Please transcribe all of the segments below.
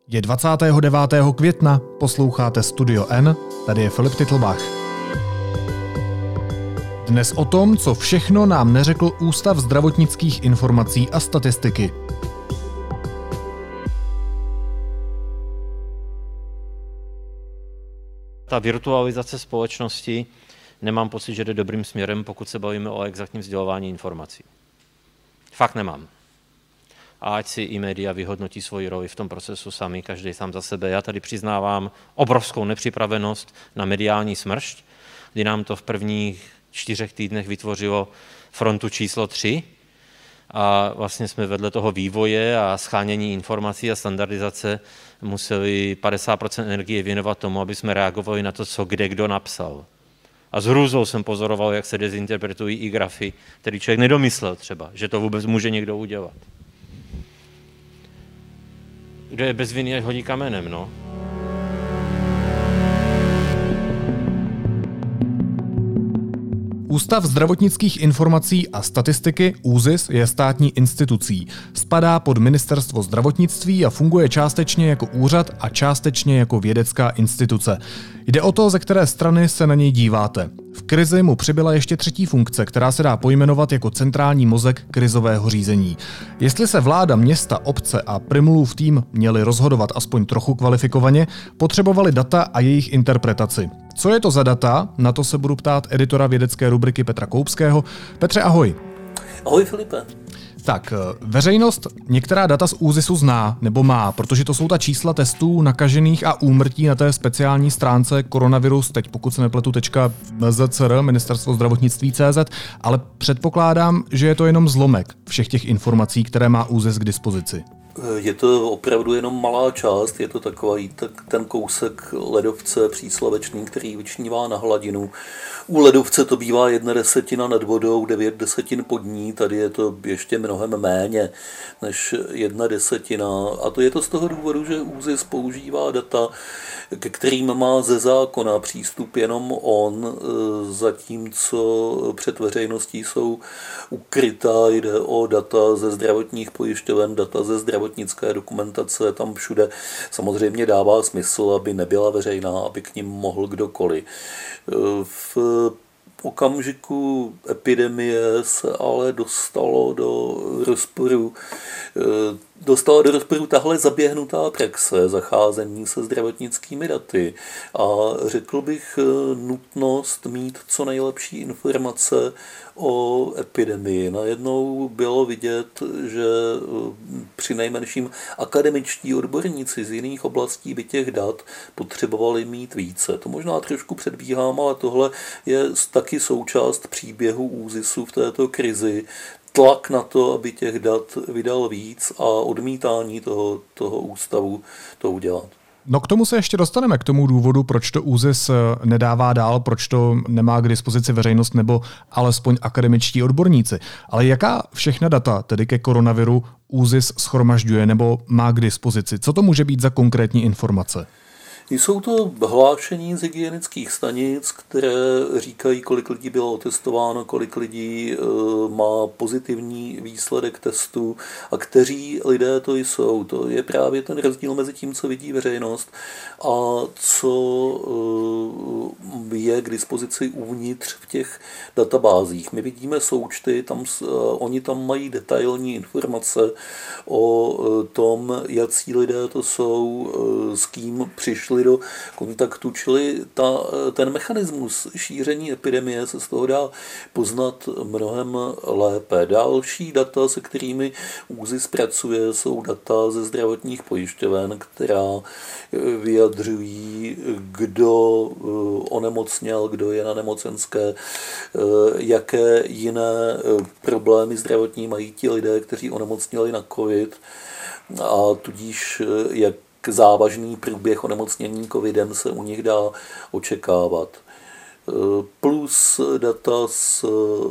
Je 29. května, posloucháte Studio N, tady je Filip Titlbach. Dnes o tom, co všechno nám neřekl Ústav zdravotnických informací a statistiky. Ta virtualizace společnosti, nemám pocit, že jde dobrým směrem, pokud se bavíme o exaktním sdělování informací. Fakt nemám. A ať si i média vyhodnotí svoji roli v tom procesu sami, každý sám za sebe. Já tady přiznávám obrovskou nepřipravenost na mediální smršť, kdy nám to v prvních 4 týdnech vytvořilo frontu číslo 3 a vlastně jsme vedle toho vývoje a schánění informací a standardizace museli 50% energie věnovat tomu, aby jsme reagovali na to, co kde kdo napsal. A s hrůzou jsem pozoroval, jak se dezinterpretují i grafy, který člověk nedomyslel třeba, že to vůbec může někdo udělat. Kdo je bez viny, až hodí kamenem, no. Ústav zdravotnických informací a statistiky, ÚZIS, je státní institucí. Spadá pod Ministerstvo zdravotnictví a funguje částečně jako úřad a částečně jako vědecká instituce. Jde o to, ze které strany se na něj díváte. V krizi mu přibyla ještě třetí funkce, která se dá pojmenovat jako centrální mozek krizového řízení. Jestli se vláda, města, obce a Prymlův tým měli rozhodovat aspoň trochu kvalifikovaně, potřebovali data a jejich interpretaci. Co je to za data? Na to se budu ptát editora vědecké rubriky Petra Koupského. Petře, ahoj. Ahoj, Filipe. Tak, veřejnost některá data z ÚZISu zná nebo má, protože to jsou ta čísla testů nakažených a úmrtí na té speciální stránce koronavirus, teď pokud se nepletu, .mzcr, Ministerstvo zdravotnictví CZ, ale předpokládám, že je to jenom zlomek všech těch informací, které má ÚZIS k dispozici. Je to opravdu jenom malá část, je to takový ten kousek ledovce příslovečný, který vyčnívá na hladinu. U ledovce to bývá 1/10 nad vodou, 9/10 pod ní, tady je to ještě mnohem méně než 1/10. A to je to z toho důvodu, že ÚZIS používá data, ke kterým má ze zákona přístup jenom on, zatímco před veřejností jsou ukrytá, jde o data ze zdravotních pojišťoven, data ze zdravotnické dokumentace, tam všude samozřejmě dává smysl, aby nebyla veřejná, aby k ním mohl kdokoliv. V okamžiku epidemie se ale dostala do rozporu tahle zaběhnutá praxe zacházení se zdravotnickými daty a řekl bych nutnost mít co nejlepší informace o epidemii. Najednou bylo vidět, že při nejmenším akademičtí odborníci z jiných oblastí by těch dat potřebovali mít více. To možná trošku předbíhám, ale tohle je taky součást příběhu ÚZISu v této krizi. Tlak na to, aby těch dat vydal víc a odmítání toho ústavu to udělat. No k tomu se ještě dostaneme, k tomu důvodu, proč to ÚZIS nedává dál, proč to nemá k dispozici veřejnost nebo alespoň akademičtí odborníci. Ale jaká všechna data, tedy ke koronaviru, ÚZIS shromažďuje nebo má k dispozici? Co to může být za konkrétní informace? Jsou to hlášení z hygienických stanic, které říkají, kolik lidí bylo otestováno, kolik lidí má pozitivní výsledek testu a kteří lidé to jsou. To je právě ten rozdíl mezi tím, co vidí veřejnost a co je k dispozici uvnitř v těch databázích. My vidíme součty, oni tam mají detailní informace o tom, jací lidé to jsou, s kým přišli do kontaktu, čili ten mechanismus šíření epidemie se z toho dá poznat mnohem lépe. Další data, se kterými ÚZIS pracuje, jsou data ze zdravotních pojišťoven, která vyjadřují, kdo onemocněl, kdo je na nemocenské, jaké jiné problémy zdravotní mají ti lidé, kteří onemocněli na COVID a tudíž jak závažný průběh onemocnění covidem se u nich dá očekávat. Plus data z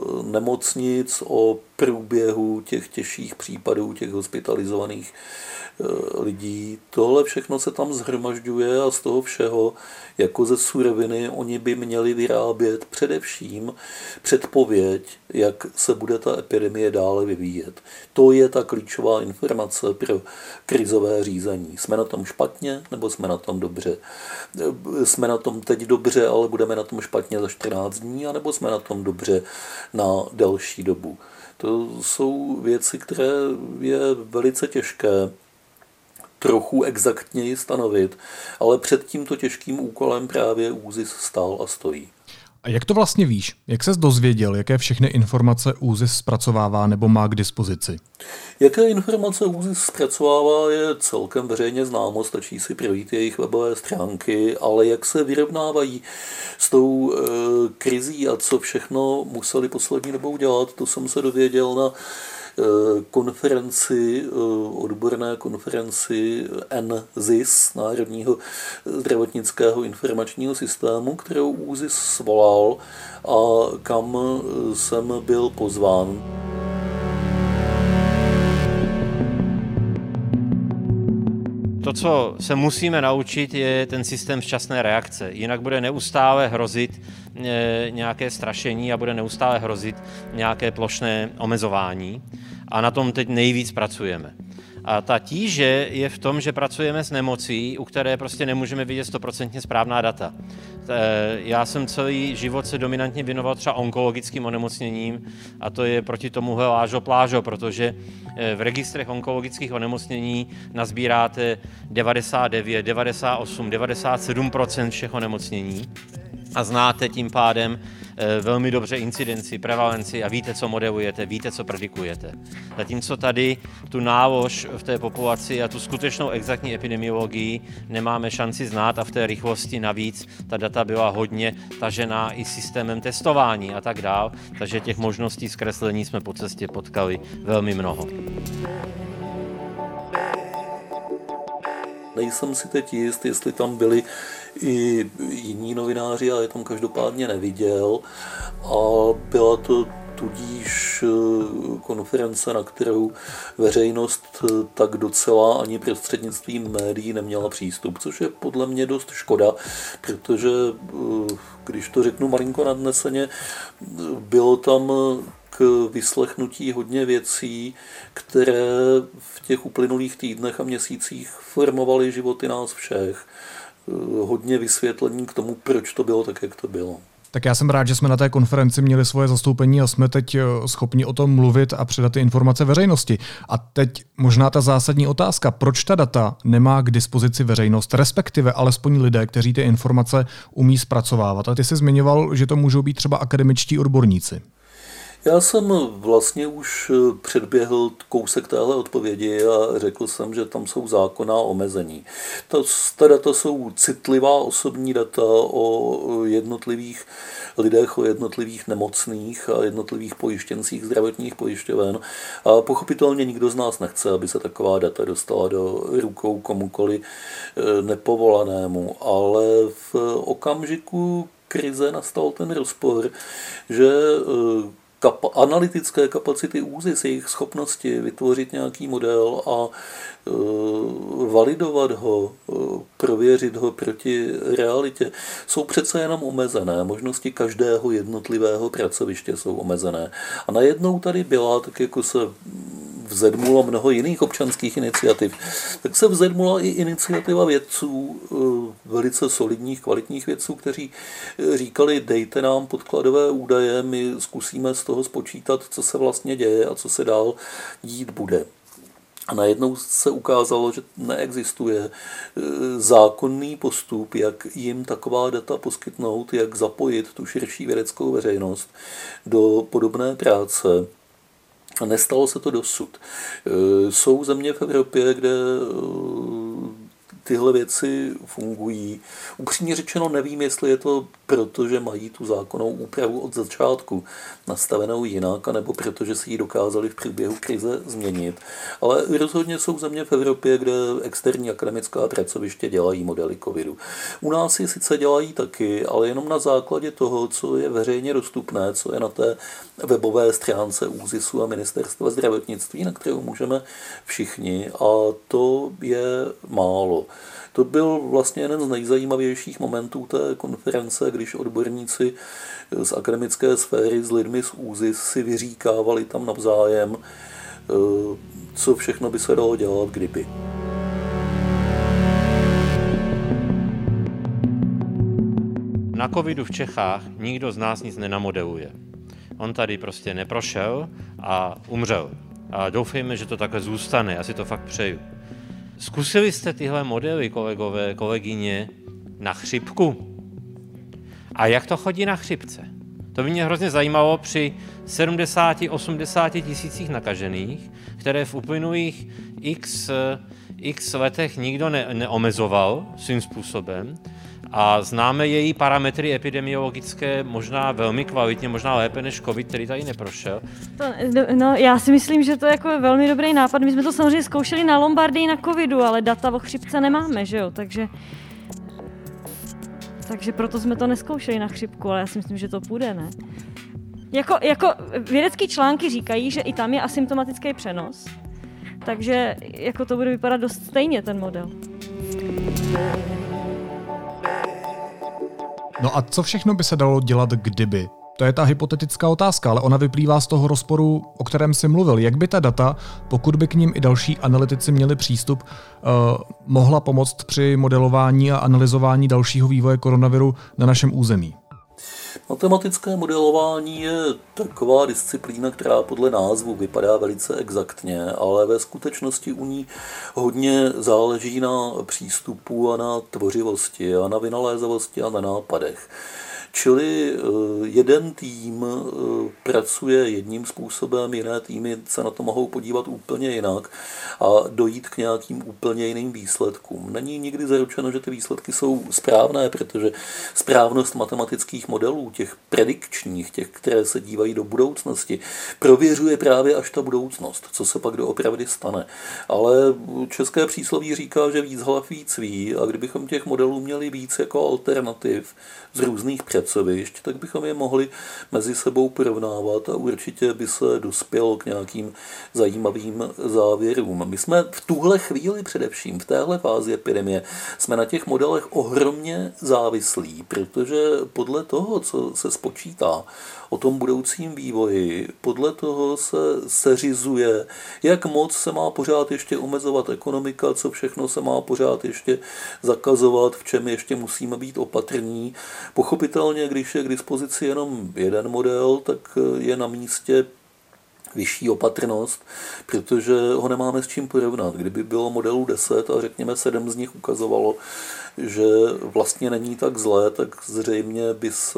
nemocnic o průběhu těch těžších případů, těch hospitalizovaných lidí. Tohle všechno se tam zhromažďuje a z toho všeho, jako ze suroviny, oni by měli vyrábět především předpověď, jak se bude ta epidemie dále vyvíjet. To je ta klíčová informace pro krizové řízení. Jsme na tom špatně, nebo jsme na tom dobře? Jsme na tom teď dobře, ale budeme na tom špatně za 14 dní, anebo jsme na tom dobře na delší dobu. To jsou věci, které je velice těžké trochu exaktněji stanovit, ale před tímto těžkým úkolem právě ÚZIS stál a stojí. A jak to vlastně víš? Jak ses dozvěděl, jaké všechny informace ÚZIS zpracovává nebo má k dispozici? Jaké informace ÚZIS zpracovává, je celkem veřejně známo, stačí si projít jejich webové stránky, ale jak se vyrovnávají s tou krizí a co všechno museli poslední dobou dělat, to jsem se dověděl na odborné konferenci NZIS, Národního zdravotnického informačního systému, kterou ÚZIS svolal a kam jsem byl pozván. To, co se musíme naučit, je ten systém včasné reakce. Jinak bude neustále hrozit nějaké strašení a bude neustále hrozit nějaké plošné omezování. A na tom teď nejvíc pracujeme. A ta tíže je v tom, že pracujeme s nemocí, u které prostě nemůžeme vidět 100% správná data. Já jsem celý život se dominantně věnoval třeba onkologickým onemocněním a to je proti tomu lážo plážo, protože v registrech onkologických onemocnění nazbíráte 99, 98, 97% všech onemocnění a znáte tím pádem velmi dobře incidenci, prevalenci a víte, co modelujete, víte, co predikujete. Zatímco tady tu nálož v té populaci a tu skutečnou exaktní epidemiologii nemáme šanci znát a v té rychlosti navíc ta data byla hodně tažená i systémem testování a tak dál, takže těch možností zkreslení jsme po cestě potkali velmi mnoho. Nejsem si teď jist, jestli tam byli i jiní novináři, ale je tam každopádně neviděl. A byla to tudíž konference, na kterou veřejnost tak docela ani prostřednictvím médií neměla přístup, což je podle mě dost škoda, protože, když to řeknu malinko nadneseně, bylo tam k vyslechnutí hodně věcí, které v těch uplynulých týdnech a měsících formovaly životy nás všech. Hodně vysvětlení k tomu, proč to bylo tak, jak to bylo. Tak já jsem rád, že jsme na té konferenci měli svoje zastoupení a jsme teď schopni o tom mluvit a předat ty informace veřejnosti. A teď možná ta zásadní otázka, proč ta data nemá k dispozici veřejnost, respektive alespoň lidé, kteří ty informace umí zpracovávat. A ty jsi zmiňoval, že to můžou být třeba akademičtí odborníci. Já jsem vlastně už předběhl kousek téhle odpovědi a řekl jsem, že tam jsou zákonná omezení. Ta data jsou citlivá osobní data o jednotlivých lidech, o jednotlivých nemocných a jednotlivých pojištěncích zdravotních pojišťoven. A pochopitelně nikdo z nás nechce, aby se taková data dostala do rukou komukoli nepovolanému. Ale v okamžiku krize nastal ten rozpor, že analytické kapacity ÚZIS, jejich schopnosti vytvořit nějaký model a validovat ho, prověřit ho proti realitě, jsou přece jenom omezené. Možnosti každého jednotlivého pracoviště jsou omezené. A najednou tady byla, tak jako se vzedmulo mnoho jiných občanských iniciativ, tak se vzedmula i iniciativa vědců, velice solidních, kvalitních vědců, kteří říkali, dejte nám podkladové údaje, my zkusíme z toho spočítat, co se vlastně děje a co se dál dít bude. A najednou se ukázalo, že neexistuje zákonný postup, jak jim taková data poskytnout, jak zapojit tu širší vědeckou veřejnost do podobné práce. A nestalo se to dosud. Jsou země v Evropě, kde tyhle věci fungují. Upřímně řečeno nevím, jestli je to proto, že mají tu zákonnou úpravu od začátku nastavenou jinak, anebo protože si ji dokázali v průběhu krize změnit. Ale rozhodně jsou země v Evropě, kde externí akademická pracoviště dělají modely covidu. U nás je sice dělají taky, ale jenom na základě toho, co je veřejně dostupné, co je na té webové stránce ÚZISu a Ministerstva zdravotnictví, na kterou můžeme všichni, a to je málo. To byl vlastně jeden z nejzajímavějších momentů té konference, když odborníci z akademické sféry s lidmi z ÚZIS si vyříkávali tam navzájem, co všechno by se dalo dělat, kdyby. Na covidu v Čechách nikdo z nás nic nenamodeluje. On tady prostě neprošel a umřel. A doufejme, že to takhle zůstane, já si to fakt přeju. Zkusili jste tyhle modely, kolegové, kolegyně, na chřipku? A jak to chodí na chřipce? To by mě hrozně zajímalo při 70-80 tisících nakažených, které v uplynulých x letech nikdo neomezoval svým způsobem a známe její parametry epidemiologické možná velmi kvalitně, možná lépe než covid, který tady neprošel. No, já si myslím, že to je jako velmi dobrý nápad. My jsme to samozřejmě zkoušeli na Lombardii na covidu, ale data o chřipce nemáme, že jo, takže proto jsme to neskoušeli na chřipku, ale já si myslím, že to půjde, ne? Jako vědecký články říkají, že i tam je asymptomatický přenos, takže jako to bude vypadat dost stejně ten model. No a co všechno by se dalo dělat, kdyby? To je ta hypotetická otázka, ale ona vyplývá z toho rozporu, o kterém jsi mluvil. Jak by ta data, pokud by k ním i další analytici měli přístup, mohla pomoct při modelování a analyzování dalšího vývoje koronaviru na našem území? Matematické modelování je taková disciplína, která podle názvu vypadá velice exaktně, ale ve skutečnosti u ní hodně záleží na přístupu a na tvořivosti a na vynalézavosti a na nápadech. Čili jeden tým pracuje jedním způsobem, jiné týmy se na to mohou podívat úplně jinak a dojít k nějakým úplně jiným výsledkům. Není nikdy zaručeno, že ty výsledky jsou správné, protože správnost matematických modelů, těch predikčních, těch, které se dívají do budoucnosti, prověřuje právě až ta budoucnost, co se pak doopravdy stane. Ale české přísloví říká, že víc hlav víc ví, a kdybychom těch modelů měli víc jako alternativ z různých pracovišť, tak bychom je mohli mezi sebou porovnávat a určitě by se dospělo k nějakým zajímavým závěrům. My jsme v tuhle chvíli především, v téhle fázi epidemie, jsme na těch modelech ohromně závislí, protože podle toho, co se spočítá o tom budoucím vývoji, podle toho se seřizuje, jak moc se má pořád ještě omezovat ekonomika, co všechno se má pořád ještě zakazovat, v čem ještě musíme být opatrní. Pochopitelně, když je k dispozici jenom jeden model, tak je na místě vyšší opatrnost, protože ho nemáme s čím porovnat. Kdyby bylo modelů 10 a řekněme 7 z nich ukazovalo, že vlastně není tak zlé, tak zřejmě by se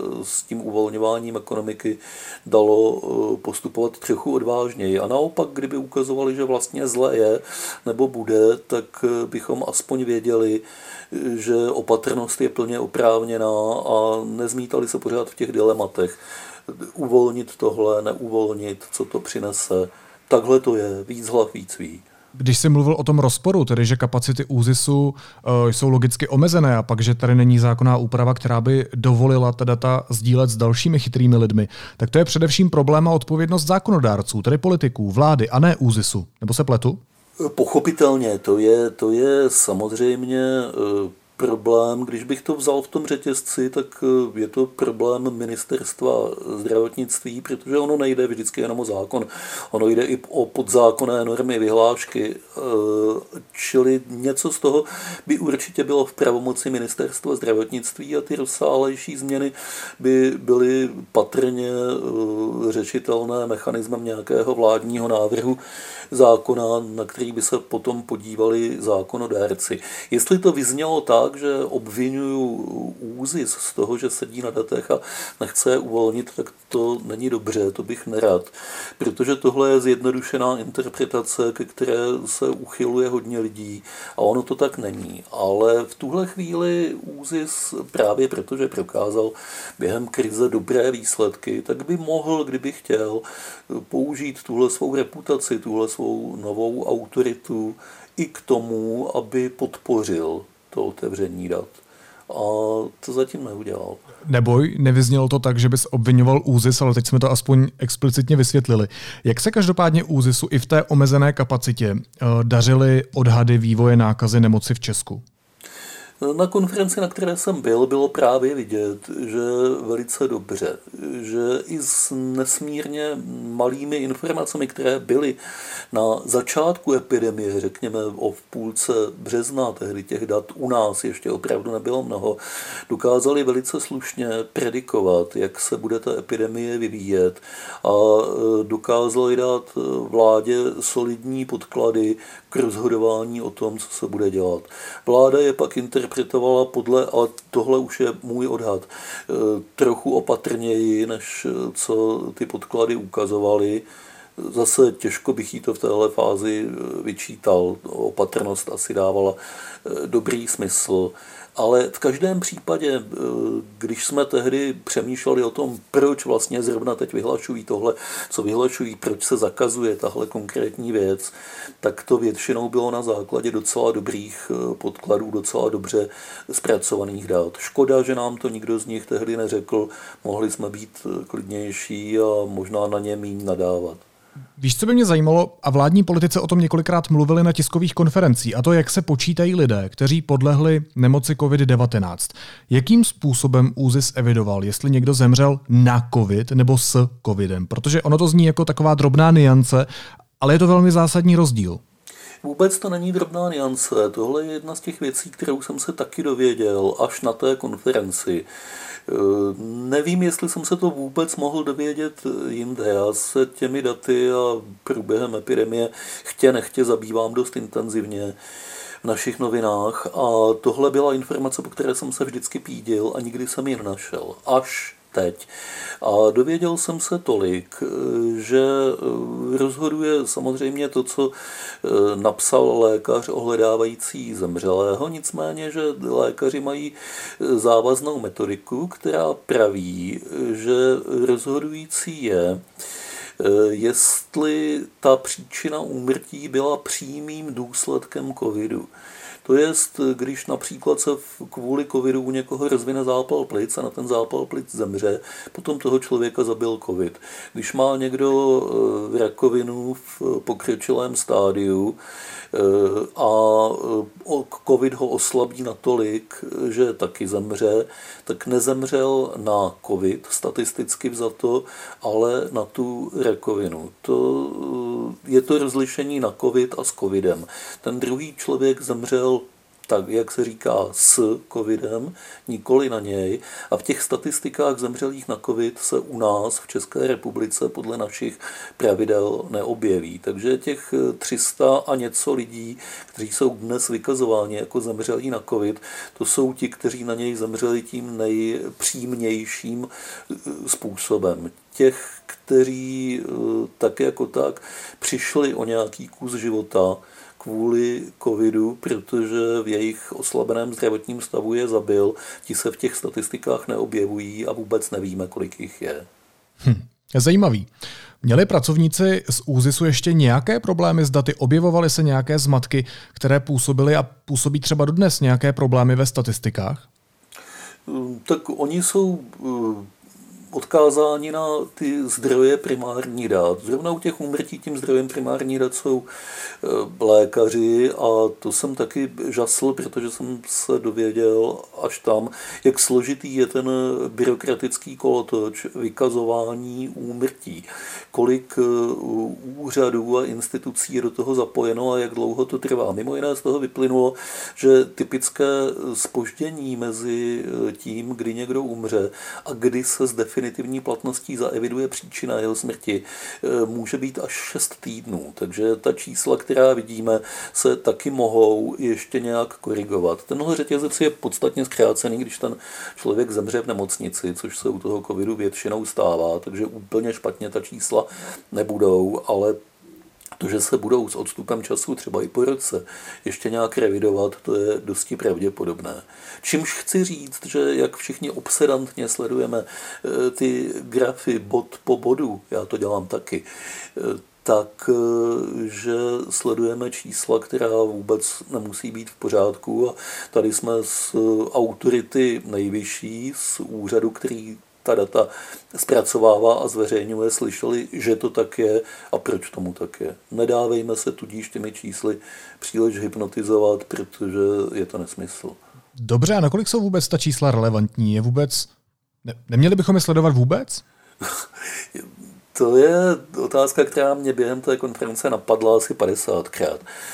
s tím uvolňováním ekonomiky dalo postupovat trochu odvážněji. A naopak, kdyby ukazovali, že vlastně zlé je nebo bude, tak bychom aspoň věděli, že opatrnost je plně oprávněná a nezmítali se pořád v těch dilematech. Uvolnit tohle, neuvolnit, co to přinese. Takhle to je, víc hlav víc ví. Když jsi mluvil o tom rozporu, tedy že kapacity ÚZISu jsou logicky omezené a pak, že tady není zákonná úprava, která by dovolila ta data sdílet s dalšími chytrými lidmi, tak to je především problém a odpovědnost zákonodárců, tedy politiků, vlády a ne ÚZISu. Nebo se pletu? Pochopitelně, to je samozřejmě problém, když bych to vzal v tom řetězci, tak je to problém Ministerstva zdravotnictví, protože ono nejde vždycky jenom o zákon, ono jde i o podzákonné normy, vyhlášky, čili něco z toho by určitě bylo v pravomoci Ministerstva zdravotnictví a ty rozsáhlejší změny by byly patrně řešitelné mechanismem nějakého vládního návrhu zákona, na který by se potom podívali zákonodárci. Jestli to vyznělo tak, že obvinuju ÚZIS z toho, že sedí na datech a nechce je uvolnit, tak to není dobře, to bych nerad, protože tohle je zjednodušená interpretace, ke které se uchyluje hodně lidí a ono to tak není. Ale v tuhle chvíli ÚZIS právě protože prokázal během krize dobré výsledky, tak by mohl, kdyby chtěl, použít tuhle svou reputaci, tuhle svou novou autoritu i k tomu, aby podpořil to otevření dat. A to zatím neudělal. Neboj, nevyznělo to tak, že bys obvinoval ÚZIS, ale teď jsme to aspoň explicitně vysvětlili. Jak se každopádně ÚZISu i v té omezené kapacitě dařily odhady vývoje nákazy nemoci v Česku? Na konferenci, na které jsem byl, bylo právě vidět, že velice dobře, že i s nesmírně malými informacemi, které byly na začátku epidemie, řekněme o půlce března, tehdy těch dat u nás ještě opravdu nebylo mnoho, dokázali velice slušně predikovat, jak se bude ta epidemie vyvíjet a dokázali dát vládě solidní podklady k rozhodování o tom, co se bude dělat. Vláda je pak interpretovala podle, ale tohle už je můj odhad, trochu opatrněji, než co ty podklady ukazovaly. Zase těžko bych jí to v téhle fázi vyčítal. Opatrnost asi dávala dobrý smysl. Ale v každém případě, když jsme tehdy přemýšleli o tom, proč vlastně zrovna teď vyhlašují tohle, co vyhlašují, proč se zakazuje tahle konkrétní věc, tak to většinou bylo na základě docela dobrých podkladů, docela dobře zpracovaných dat. Škoda, že nám to nikdo z nich tehdy neřekl, mohli jsme být klidnější a možná na ně míň nadávat. Víš, co by mě zajímalo, a vládní politici o tom několikrát mluvili na tiskových konferencích, a to, jak se počítají lidé, kteří podlehli nemoci COVID-19. Jakým způsobem ÚZIS evidoval, jestli někdo zemřel na COVID nebo s COVIDem? Protože ono to zní jako taková drobná nuance, ale je to velmi zásadní rozdíl. Vůbec to není drobná nuance. Tohle je jedna z těch věcí, kterou jsem se taky dověděl až na té konferenci. Nevím, jestli jsem se to vůbec mohl dovědět jinde. Já se těmi daty a průběhem epidemie chtě nechtě zabývám dost intenzivně v našich novinách a tohle byla informace, po které jsem se vždycky pídil a nikdy jsem ji nenašel. Až teď. A dověděl jsem se tolik, že rozhoduje samozřejmě to, co napsal lékař ohledávající zemřelého, nicméně, že lékaři mají závaznou metodiku, která praví, že rozhodující je, jestli ta příčina úmrtí byla přímým důsledkem covidu. To jest, když například se kvůli covidu u někoho rozvine zápal plic a na ten zápal plic zemře, potom toho člověka zabil covid. Když má někdo rakovinu v pokročilém stádiu a covid ho oslabí natolik, že taky zemře, tak nezemřel na covid, statisticky vzato, ale na tu rakovinu. Je to rozlišení na covid a s covidem. Ten druhý člověk zemřel tak, jak se říká, s covidem, nikoli na něj. A v těch statistikách zemřelých na covid se u nás v České republice podle našich pravidel neobjeví. Takže těch 300 a něco lidí, kteří jsou dnes vykazováni jako zemřelí na covid, to jsou ti, kteří na něj zemřeli tím nejpřímnějším způsobem. Těch, kteří tak jako tak přišli o nějaký kus života kvůli covidu, protože v jejich oslabeném zdravotním stavu je zabil, ti se v těch statistikách neobjevují a vůbec nevíme, kolik jich je. Zajímavý. Měli pracovníci z ÚZISu ještě nějaké problémy s daty? Objevovaly se nějaké zmatky, které působily a působí třeba dodnes nějaké problémy ve statistikách? Tak oni jsou odkázáni na ty zdroje primární dat. Zrovna u těch úmrtí tím zdrojem primární dat jsou lékaři a to jsem taky žasl, protože jsem se dověděl až tam, jak složitý je ten byrokratický kolotoč vykazování úmrtí. Kolik úřadů a institucí je do toho zapojeno a jak dlouho to trvá. Mimo jiné z toho vyplynulo, že typické zpoždění mezi tím, kdy někdo umře a kdy se zdefinuje definitivní platností zaeviduje příčina jeho smrti, může být až 6 týdnů. Takže ta čísla, která vidíme, se taky mohou ještě nějak korigovat. Tenhle řetězec je podstatně zkrácený, když ten člověk zemře v nemocnici, což se u toho covidu většinou stává, takže úplně špatně ta čísla nebudou, ale to, že se budou s odstupem času, třeba i po roce, ještě nějak revidovat, to je dosti pravděpodobné. Čímž chci říct, že jak všichni obsedantně sledujeme ty grafy bod po bodu, já to dělám taky, tak, že sledujeme čísla, která vůbec nemusí být v pořádku. A tady jsme z autority nejvyšší, z úřadu, který ta data zpracovává a zveřejňuje, slyšeli, že to tak je a proč tomu tak je. Nedávejme se tudíž těmi čísly příliš hypnotizovat, protože je to nesmysl. Dobře, a nakolik jsou vůbec ta čísla relevantní? Je vůbec... Neměli bychom je sledovat vůbec? To je otázka, která mě během té konference napadla asi 50krát.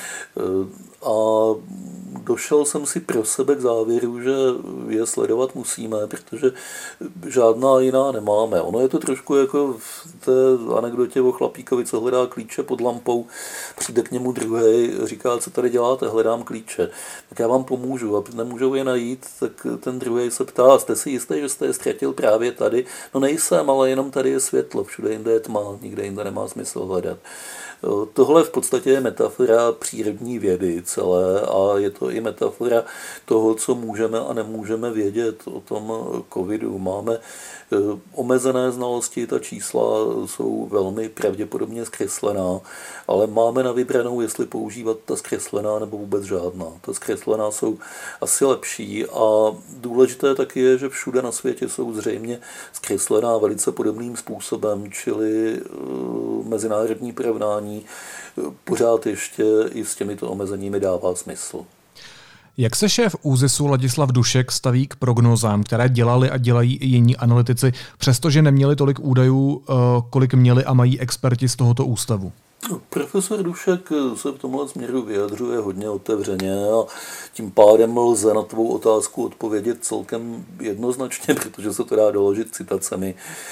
A došel jsem si pro sebe k závěru, že je sledovat musíme, protože žádná jiná nemáme. Ono je to trošku jako v té anekdotě o chlapíkovi, co hledá klíče pod lampou, přijde k němu druhej, říká, co tady děláte, hledám klíče. Tak já vám pomůžu a nemůžou je najít, tak ten druhej se ptá, jste si jistý, že jste je ztratil právě tady? No nejsem, ale jenom tady je světlo, všude jinde je tma, nikde jinde nemá smysl hledat. Tohle v podstatě je metafora přírodní vědy celé a je to i metafora toho, co můžeme a nemůžeme vědět o tom covidu. Máme omezené znalosti, ta čísla jsou velmi pravděpodobně zkreslená, ale máme na vybranou, jestli používat ta zkreslená nebo vůbec žádná. Ta zkreslená jsou asi lepší a důležité taky je, že všude na světě jsou zřejmě zkreslená velice podobným způsobem, čili mezinárodní porovnání pořád ještě i s těmito omezeními dává smysl. Jak se šéf ÚZISu Ladislav Dušek staví k prognózám, které dělali a dělají i jiní analytici, přestože neměli tolik údajů, kolik měli a mají experti z tohoto ústavu? Profesor Dušek se v tomhle směru vyjadřuje hodně otevřeně a tím pádem lze na tvou otázku odpovědět celkem jednoznačně, protože se to dá doložit citacemi.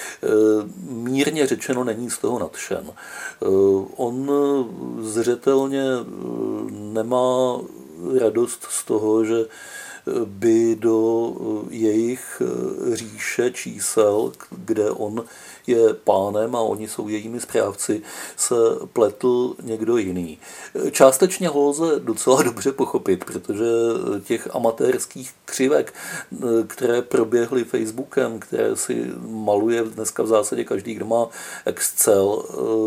Mírně řečeno není z toho nadšen. On zřetelně nemá radost z toho, že by do jejich říše čísel, kde on je pánem a oni jsou jejími správci, se pletl někdo jiný. Částečně ho lze docela dobře pochopit, protože těch amatérských křivek, které proběhly Facebookem, které si maluje dneska v zásadě každý, kdo má Excel,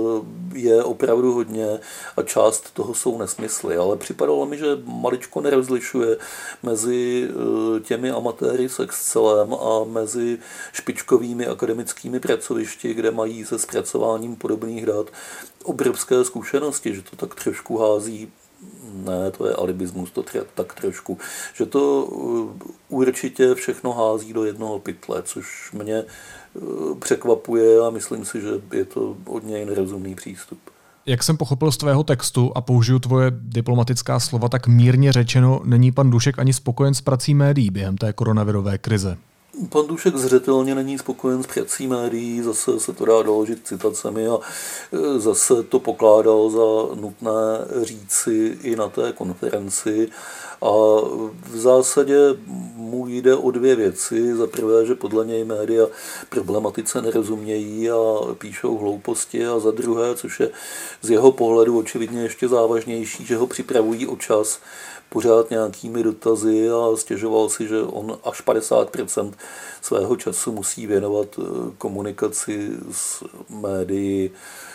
je opravdu hodně a část toho jsou nesmysly. Ale připadalo mi, že maličko nerozlišuje mezi těmi amatéry s Excelem a mezi špičkovými akademickými pracovišti, kde mají se zpracováním podobných dat obrovské zkušenosti, že to tak trošku hází, ne, to je alibismus, to tak trošku, že to určitě všechno hází do jednoho pytle, což mě překvapuje a myslím si, že je to od něj nerozumný přístup. Jak jsem pochopil z tvého textu a použiju tvoje diplomatická slova, tak mírně řečeno není pan Dušek ani spokojen s prací médií během té koronavirové krize. Pan Dušek zřetelně není spokojen s prací médií, zase se to dá doložit citacemi a zase to pokládal za nutné říci i na té konferenci. A v zásadě mu jde o dvě věci. Za prvé, že podle něj média problematice nerozumějí a píšou hlouposti, a za druhé, což je z jeho pohledu očividně ještě závažnější, že ho připravují o čas pořád nějakými dotazy a stěžoval si, že on až 50% svého času musí věnovat komunikaci s médií.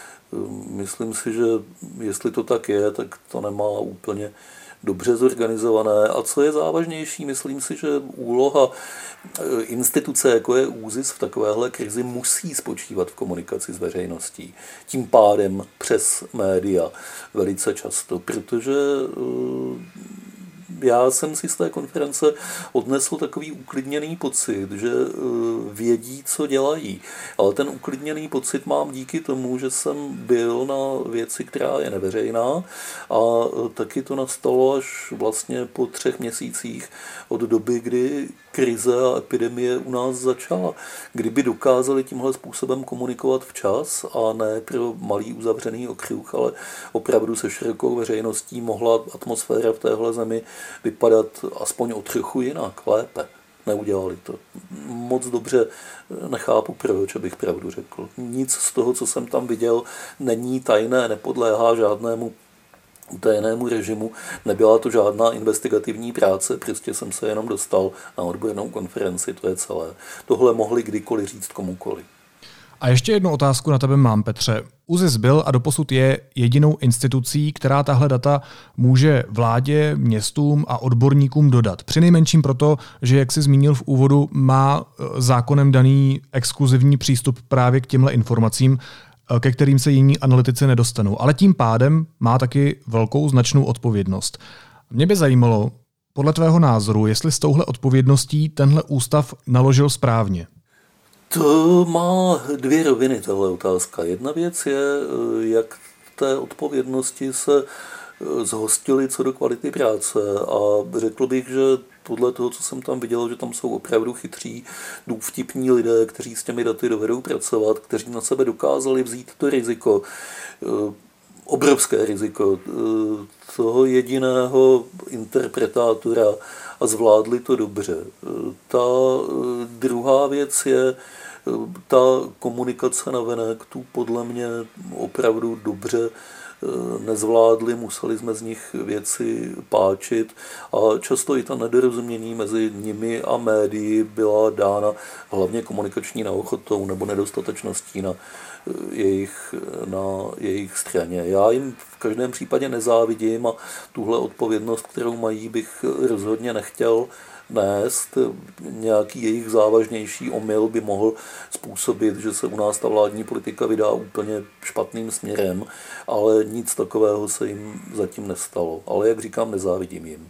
Myslím si, že jestli to tak je, tak to nemá úplně dobře zorganizované. A co je závažnější, myslím si, že úloha instituce, jako je ÚZIS, v takovéhle krizi musí spočívat v komunikaci s veřejností. Tím pádem přes média velice často, protože já jsem si z té konference odnesl takový uklidněný pocit, že vědí, co dělají. Ale ten uklidněný pocit mám díky tomu, že jsem byl na věci, která je neveřejná, a taky to nastalo až vlastně po 3 měsících od doby, kdy krize a epidemie u nás začala. Kdyby dokázali tímhle způsobem komunikovat včas a ne pro malý uzavřený okruh, ale opravdu se širokou veřejností, mohla atmosféra v téhle zemi vypadat aspoň o trochu jinak, lépe. Neudělali to. Moc dobře nechápu, proč, abych pravdu řekl. Nic z toho, co jsem tam viděl, není tajné, nepodléhá žádnému utajenému režimu, nebyla to žádná investigativní práce, prostě jsem se jenom dostal na odbornou konferenci, to je celé. Tohle mohli kdykoliv říct komukoliv. A ještě jednu otázku na tebe mám, Petře. ÚZIS byl a doposud je jedinou institucí, která tahle data může vládě, městům a odborníkům dodat. Přinejmenším proto, že, jak jsi zmínil v úvodu, má zákonem daný exkluzivní přístup právě k těmhle informacím, ke kterým se jiní analytici nedostanou. Ale tím pádem má taky velkou značnou odpovědnost. Mě by zajímalo, podle tvého názoru, jestli s touhle odpovědností tenhle ústav naložil správně. To má 2 roviny, tahle otázka. Jedna věc je, jak té odpovědnosti se zhostili co do kvality práce, a řekl bych, že podle toho, co jsem tam viděl, že tam jsou opravdu chytří, důvtipní lidé, kteří s těmi daty dovedou pracovat, kteří na sebe dokázali vzít to riziko, obrovské riziko toho jediného interpretátora a zvládli to dobře. Ta druhá věc je ta komunikace navenek, tu podle mě opravdu dobře nezvládli, museli jsme z nich věci páčit a často i ta nedorozumění mezi nimi a médii byla dána hlavně komunikační neochotou nebo nedostatečností na jejich straně. Já jim v každém případě nezávidím a tuhle odpovědnost, kterou mají, bych rozhodně nechtěl nést. Nějaký jejich závažnější omyl by mohl způsobit, že se u nás ta vládní politika vydá úplně špatným směrem, ale nic takového se jim zatím nestalo. Ale jak říkám, nezávidím jim.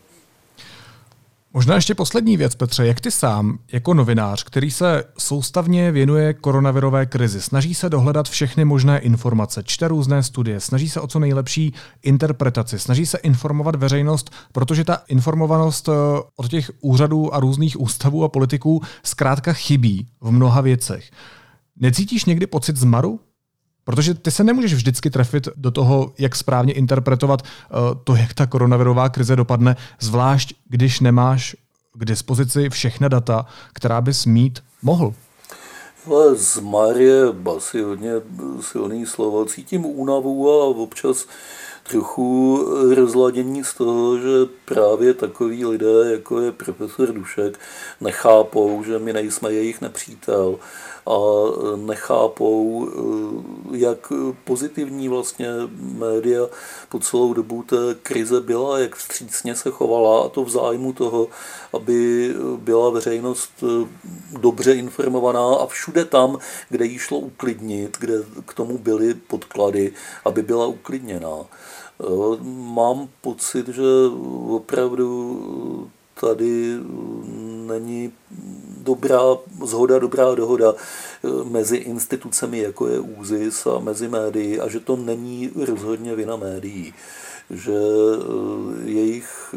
Možná ještě poslední věc, Petře. Jak ty sám, jako novinář, který se soustavně věnuje koronavirové krizi, snaží se dohledat všechny možné informace, čte různé studie, snaží se o co nejlepší interpretaci, snaží se informovat veřejnost, protože ta informovanost od těch úřadů a různých ústavů a politiků zkrátka chybí v mnoha věcech. Necítíš někdy pocit zmaru? Protože ty se nemůžeš vždycky trefit do toho, jak správně interpretovat to, jak ta koronavirová krize dopadne, zvlášť když nemáš k dispozici všechna data, která bys mít mohl. Ale zmar je asi hodně silný slovo. Cítím únavu a občas trochu rozladění z toho, že právě takoví lidé, jako je profesor Dušek, nechápou, že my nejsme jejich nepřítel a nechápou, jak pozitivní vlastně média po celou dobu té krize byla, jak vstřícně se chovala, a to v zájmu toho, aby byla veřejnost dobře informovaná a všude tam, kde jí šlo uklidnit, kde k tomu byly podklady, aby byla uklidněná. Mám pocit, že opravdu tady není dobrá dohoda mezi institucemi, jako je ÚZIS, a mezi médii, a že to není rozhodně vina médií. Že jejich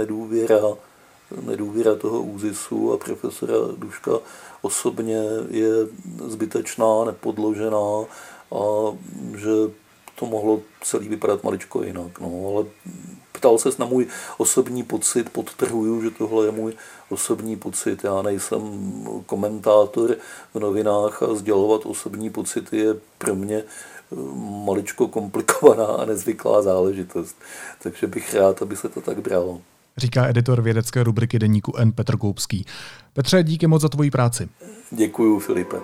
nedůvěra toho ÚZISu a profesora Duška osobně je zbytečná, nepodložená a že to mohlo celý vypadat maličko jinak. No, ale ptal ses na můj osobní pocit, podtrhuju, že tohle je můj osobní pocit. Já nejsem komentátor v novinách a sdělovat osobní pocity je pro mě maličko komplikovaná a nezvyklá záležitost. Takže bych rád, aby se to tak bralo. Říká editor vědecké rubriky deníku N Petr Koupský. Petře, díky moc za tvoji práci. Děkuju, Filipe.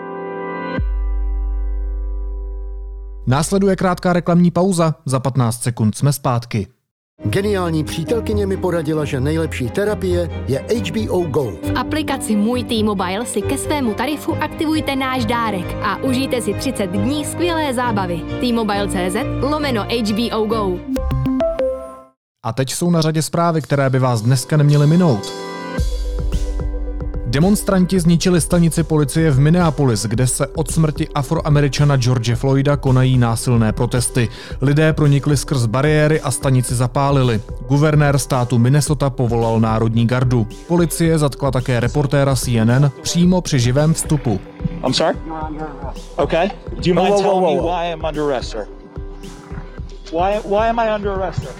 Následuje krátká reklamní pauza, za 15 sekund jsme zpátky. Geniální přítelkyně mi poradila, že nejlepší terapie je HBO Go. V aplikaci Můj T-Mobile si ke svému tarifu aktivujte náš dárek a užijte si 30 dní skvělé zábavy. T-Mobile.cz/HBO Go. A teď jsou na řadě zprávy, které by vás dneska neměly minout. Demonstranti zničili stanici policie v Minneapolis, kde se od smrti Afroameričana George Floyda konají násilné protesty. Lidé pronikli skrz bariéry a stanici zapálili. Guvernér státu Minnesota povolal národní gardu. Policie zatkla také reportéra CNN přímo při živém vstupu. I'm sorry? Okay. Do you mind telling me why I'm under arrest, sir? Why am I under arrest, sir?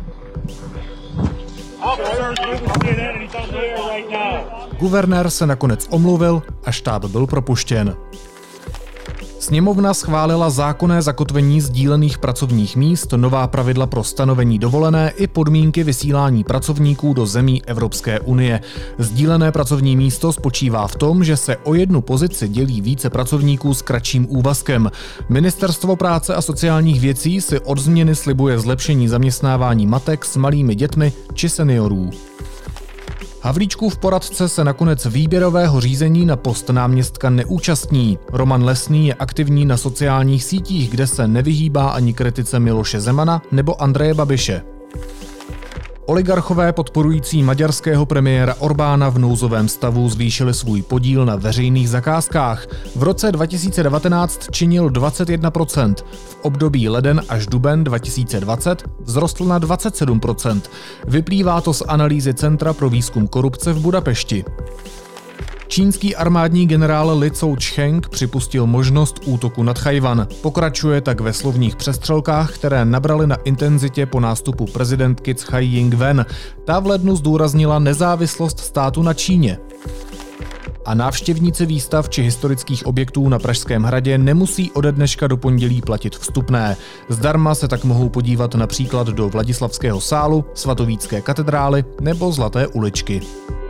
Guvernér se nakonec omluvil a štáb byl propuštěn. Sněmovna schválila zákonné zakotvení sdílených pracovních míst, nová pravidla pro stanovení dovolené i podmínky vysílání pracovníků do zemí Evropské unie. Sdílené pracovní místo spočívá v tom, že se o jednu pozici dělí více pracovníků s kratším úvazkem. Ministerstvo práce a sociálních věcí si od změny slibuje zlepšení zaměstnávání matek s malými dětmi či seniorů. Havlíčkův poradce se nakonec výběrového řízení na post náměstka neúčastní. Roman Lesný je aktivní na sociálních sítích, kde se nevyhýbá ani kritice Miloše Zemana nebo Andreje Babiše. Oligarchové podporující maďarského premiéra Orbána v nouzovém stavu zvýšili svůj podíl na veřejných zakázkách. V roce 2019 činil 21%, v období leden až duben 2020 vzrostl na 27%. Vyplývá to z analýzy Centra pro výzkum korupce v Budapešti. Čínský armádní generál Li Cao-cheng připustil možnost útoku nad Tchaj-wan. Pokračuje tak ve slovních přestřelkách, které nabraly na intenzitě po nástupu prezidentky Tsai Ing-wen. Ta v lednu zdůraznila nezávislost státu na Číně. A návštěvníci výstav či historických objektů na Pražském hradě nemusí ode dneška do pondělí platit vstupné. Zdarma se tak mohou podívat například do Vladislavského sálu, Svatovícké katedrály nebo Zlaté uličky.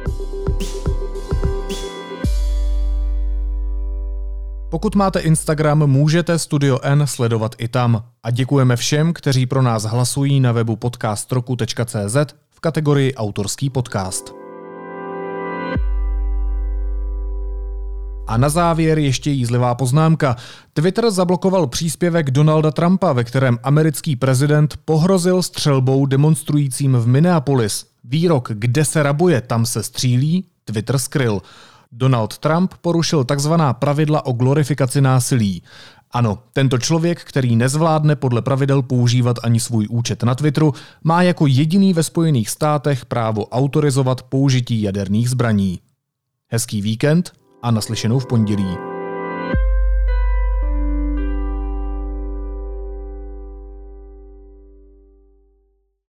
Pokud máte Instagram, můžete Studio N sledovat i tam. A děkujeme všem, kteří pro nás hlasují na webu podcastroku.cz v kategorii Autorský podcast. A na závěr ještě jízlivá poznámka. Twitter zablokoval příspěvek Donalda Trumpa, ve kterém americký prezident pohrozil střelbou demonstrujícím v Minneapolis. Výrok "kde se rabuje, tam se střílí" Twitter skryl. Donald Trump porušil takzvaná pravidla o glorifikaci násilí. Ano, tento člověk, který nezvládne podle pravidel používat ani svůj účet na Twitteru, má jako jediný ve Spojených státech právo autorizovat použití jaderných zbraní. Hezký víkend a naslyšenou v pondělí.